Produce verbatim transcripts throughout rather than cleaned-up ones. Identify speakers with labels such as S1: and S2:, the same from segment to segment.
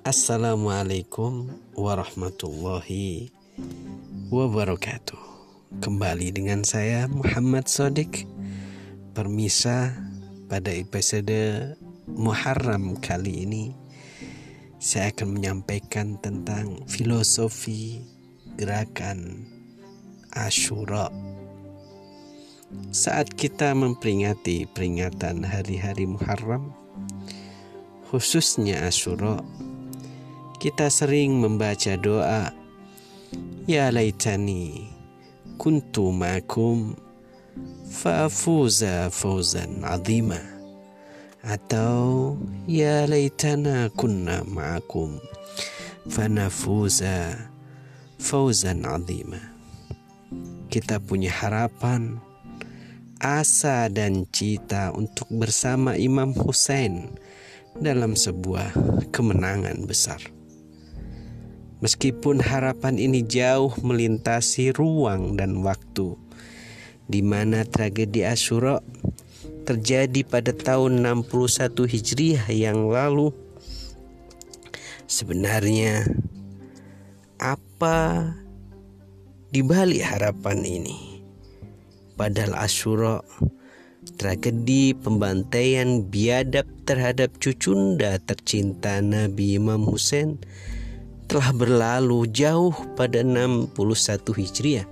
S1: Assalamualaikum warahmatullahi wabarakatuh. Kembali dengan saya Muhammad Shadiq Permisa. Pada episode Muharram kali ini saya akan menyampaikan tentang filosofi gerakan Asyura. Saat kita memperingati peringatan hari-hari Muharram, khususnya Asyura, kita sering membaca doa, ya laitani kuntu ma'akum fa'afuza fawzan azima, atau ya laitana kunna ma'akum fanafuza fawzan azima. Kita punya harapan, asa dan cita untuk bersama Imam Hussein dalam sebuah kemenangan besar. Meskipun harapan ini jauh melintasi ruang dan waktu, di mana tragedi Asyura terjadi pada tahun enam puluh satu Hijriah yang lalu. Sebenarnya apa di balik harapan ini? Padahal Asyura, tragedi pembantaian biadab terhadap cucunda tercinta Nabi Imam Hussein, telah berlalu jauh pada enam puluh satu Hijriah.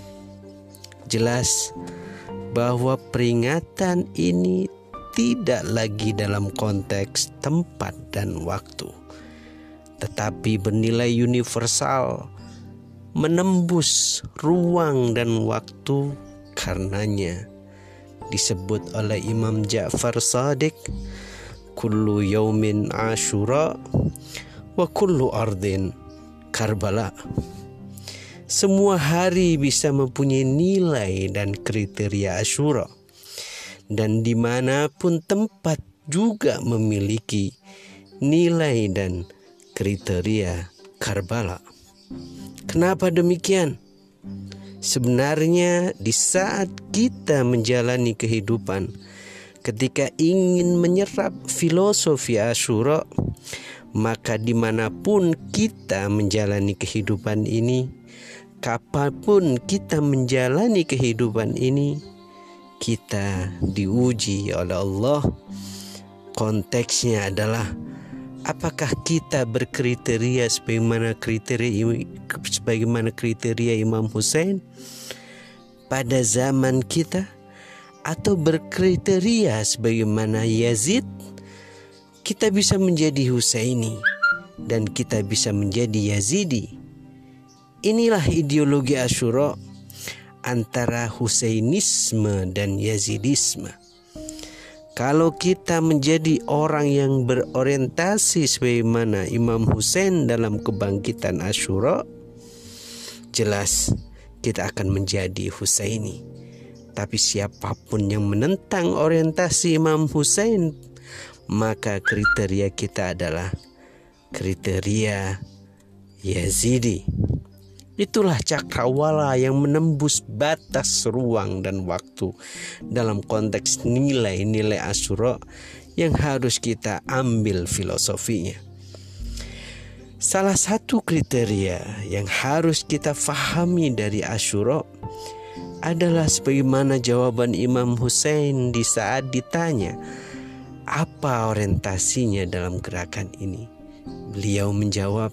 S1: Jelas bahwa peringatan ini tidak lagi dalam konteks tempat dan waktu, tetapi bernilai universal, menembus ruang dan waktu. Karenanya disebut oleh Imam Ja'far Shadiq, kullu yaumin Asyura wa kullu ardin Karbala. Semua hari bisa mempunyai nilai dan kriteria Asyura, dan dimanapun tempat juga memiliki nilai dan kriteria Karbala. Kenapa demikian? Sebenarnya di saat kita menjalani kehidupan, ketika ingin menyerap filosofi Asyura, maka dimanapun kita menjalani kehidupan ini, kapanpun kita menjalani kehidupan ini, kita diuji oleh Allah. Konteksnya adalah, apakah kita berkriteria sebagaimana kriteria sebagaimana kriteria Imam Hussein pada zaman kita, atau berkriteria sebagaimana Yazid? Kita bisa menjadi Husaini dan kita bisa menjadi Yazidi. Inilah ideologi Asyura antara Husainisme dan Yazidisme. Kalau kita menjadi orang yang berorientasi sebagaimana Imam Hussein dalam kebangkitan Asyura, jelas kita akan menjadi Husaini. Tapi siapapun yang menentang orientasi Imam Hussein, maka kriteria kita adalah kriteria Yazidi. Itulah cakrawala yang menembus batas ruang dan waktu dalam konteks nilai-nilai Asyura yang harus kita ambil filosofinya. Salah satu kriteria yang harus kita fahami dari Asyura adalah sebagaimana jawaban Imam Hussein di saat ditanya apa orientasinya dalam gerakan ini. Beliau menjawab,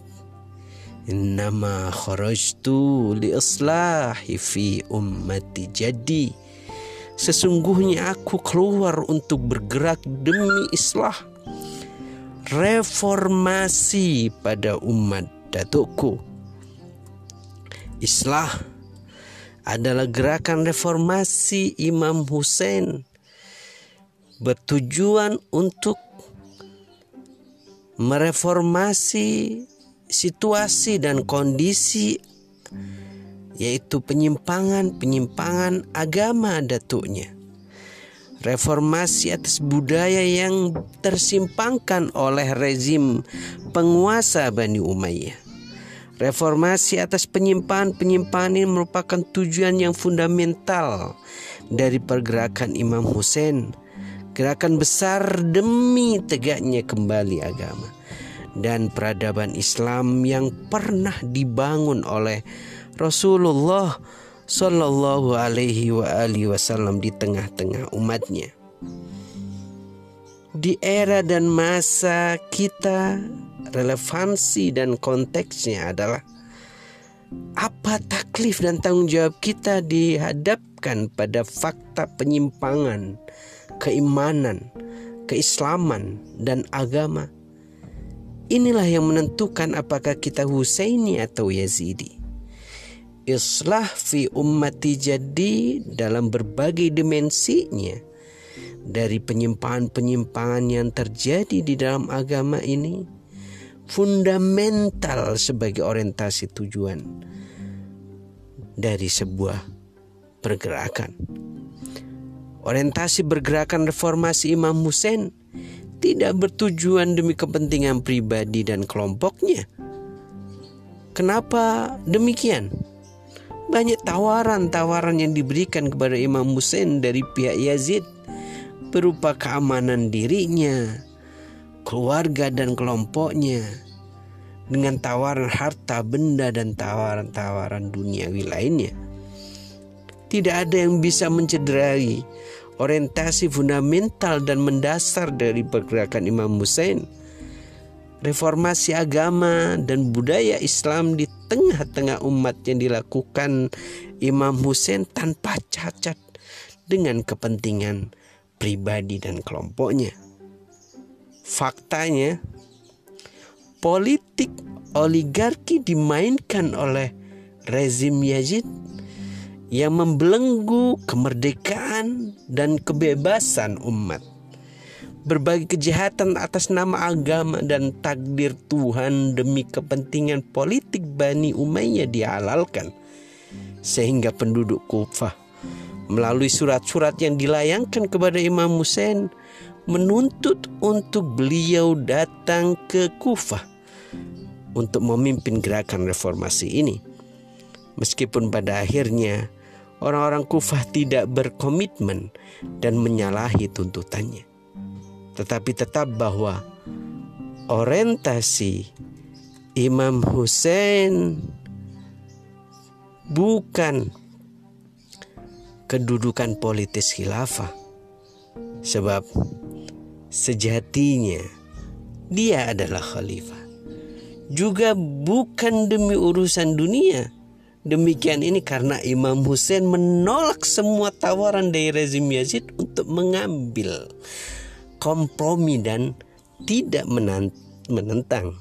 S1: innama kharajtu li islahi fi ummati jadi. Sesungguhnya aku keluar untuk bergerak demi islah, reformasi pada umat datukku. Islah adalah gerakan reformasi Imam Hussein, bertujuan untuk mereformasi situasi dan kondisi, yaitu penyimpangan-penyimpangan agama datuknya. Reformasi atas budaya yang tersimpangkan oleh rezim penguasa Bani Umayyah. Reformasi atas penyimpangan-penyimpangan ini merupakan tujuan yang fundamental dari pergerakan Imam Hussein, gerakan besar demi tegaknya kembali agama. dan peradaban Islam yang pernah dibangun oleh Rasulullah Sallallahu alaihi wa alihi wasallam di tengah-tengah umatnya. Di era dan masa kita, relevansi dan konteksnya adalah apa taklif dan tanggung jawab kita dihadapkan pada fakta penyimpangan keimanan, keislaman, dan agama. Inilah yang menentukan apakah kita Husaini atau Yazidi. Islah fi ummati jadi dalam berbagai dimensinya, dari penyimpangan-penyimpangan yang terjadi di dalam agama ini, fundamental sebagai orientasi tujuan dari sebuah pergerakan. Orientasi bergerakan reformasi Imam Husain tidak bertujuan demi kepentingan pribadi dan kelompoknya. Kenapa demikian? Banyak tawaran-tawaran yang diberikan kepada Imam Husain dari pihak Yazid berupa keamanan dirinya, keluarga dan kelompoknya, dengan tawaran harta benda dan tawaran-tawaran duniawi lainnya. Tidak ada yang bisa mencederai orientasi fundamental dan mendasar dari pergerakan Imam Husain. Reformasi agama dan budaya Islam di tengah-tengah umat yang dilakukan Imam Husain tanpa cacat dengan kepentingan pribadi dan kelompoknya. Faktanya, politik oligarki dimainkan oleh rezim Yazid yang membelenggu kemerdekaan dan kebebasan umat. Berbagai kejahatan atas nama agama dan takdir Tuhan demi kepentingan politik Bani Umayyah dihalalkan, sehingga penduduk Kufah melalui surat-surat yang dilayangkan kepada Imam Husain menuntut untuk beliau datang ke Kufah untuk memimpin gerakan reformasi ini. Meskipun pada akhirnya orang-orang Kufah tidak berkomitmen dan menyalahi tuntutannya, tetapi tetap bahwa orientasi Imam Husain bukan kedudukan politis khilafah, sebab sejatinya dia adalah khalifah. Juga bukan demi urusan dunia. Demikian ini karena Imam Husain menolak semua tawaran dari rezim Yazid untuk mengambil kompromi dan tidak menentang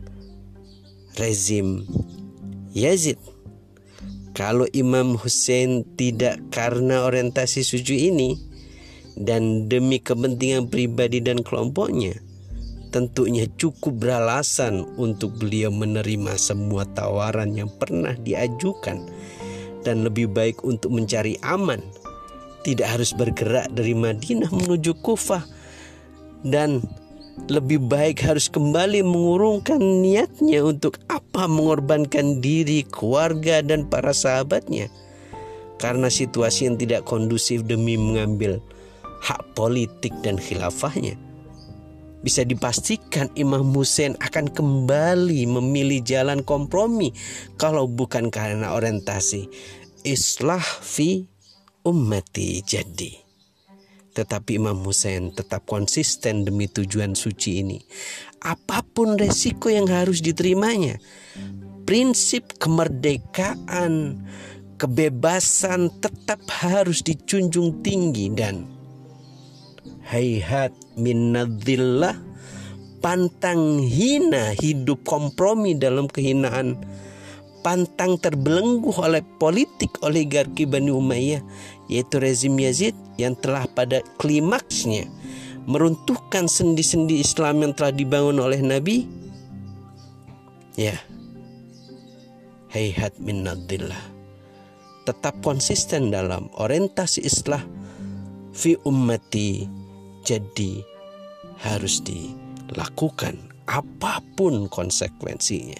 S1: rezim Yazid. Kalau Imam Husain tidak karena orientasi suci ini dan demi kepentingan pribadi dan kelompoknya, tentunya cukup beralasan untuk beliau menerima semua tawaran yang pernah diajukan, dan lebih baik untuk mencari aman, tidak harus bergerak dari Madinah menuju Kufah, dan lebih baik harus kembali mengurungkan niatnya untuk apa mengorbankan diri, keluarga, dan para sahabatnya karena situasi yang tidak kondusif demi mengambil hak politik dan khilafahnya. Bisa dipastikan Imam Husain akan kembali memilih jalan kompromi kalau bukan karena orientasi islah fi ummati jadi. Tetapi Imam Husain tetap konsisten demi tujuan suci ini, apapun resiko yang harus diterimanya. Prinsip kemerdekaan, kebebasan tetap harus dijunjung tinggi, dan hayhat minadzillah, pantang hina hidup kompromi dalam kehinaan, pantang terbelenggu oleh politik oligarki Bani Umayyah, yaitu rezim Yazid yang telah pada klimaksnya meruntuhkan sendi-sendi Islam yang telah dibangun oleh Nabi. Ya, hayhat minadzillah, tetap konsisten dalam orientasi islah fi ummati jadi harus dilakukan apapun konsekuensinya.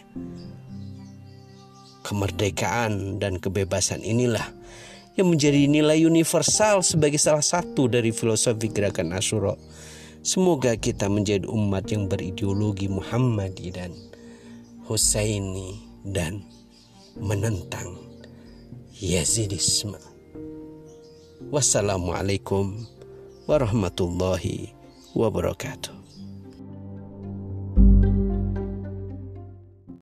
S1: Kemerdekaan dan kebebasan inilah yang menjadi nilai universal sebagai salah satu dari filosofi gerakan Asyura Semoga kita menjadi umat yang berideologi Muhammadi dan Husaini dan menentang Yazidisme. Wassalamualaikum warahmatullahi wabarakatuh.